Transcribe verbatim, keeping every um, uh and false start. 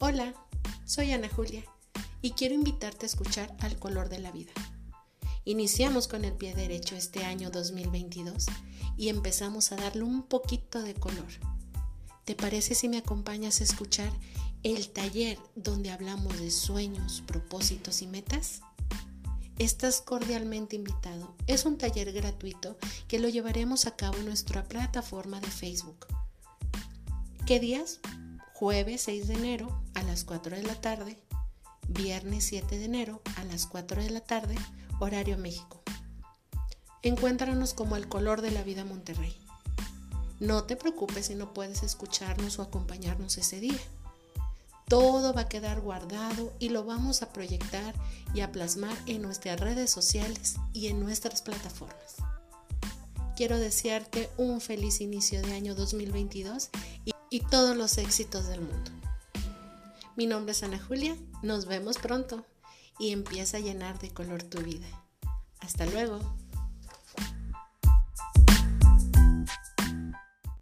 Hola, soy Ana Julia y quiero invitarte a escuchar Al Color de la Vida. Iniciamos con el pie derecho este año dos mil veintidós y empezamos a darle un poquito de color. ¿Te parece si me acompañas a escuchar el taller donde hablamos de sueños, propósitos y metas? Estás cordialmente invitado. Es un taller gratuito que lo llevaremos a cabo en nuestra plataforma de Facebook. ¿Qué días? Jueves seis de enero a las cuatro de la tarde, viernes siete de enero a las cuatro de la tarde, horario México. Encuéntranos como El Color de la Vida Monterrey. No te preocupes si no puedes escucharnos o acompañarnos ese día. Todo va a quedar guardado y lo vamos a proyectar y a plasmar en nuestras redes sociales y en nuestras plataformas. Quiero desearte un feliz inicio de año dos mil veintidós y, y todos los éxitos del mundo. Mi nombre es Ana Julia, nos vemos pronto y empieza a llenar de color tu vida. Hasta luego.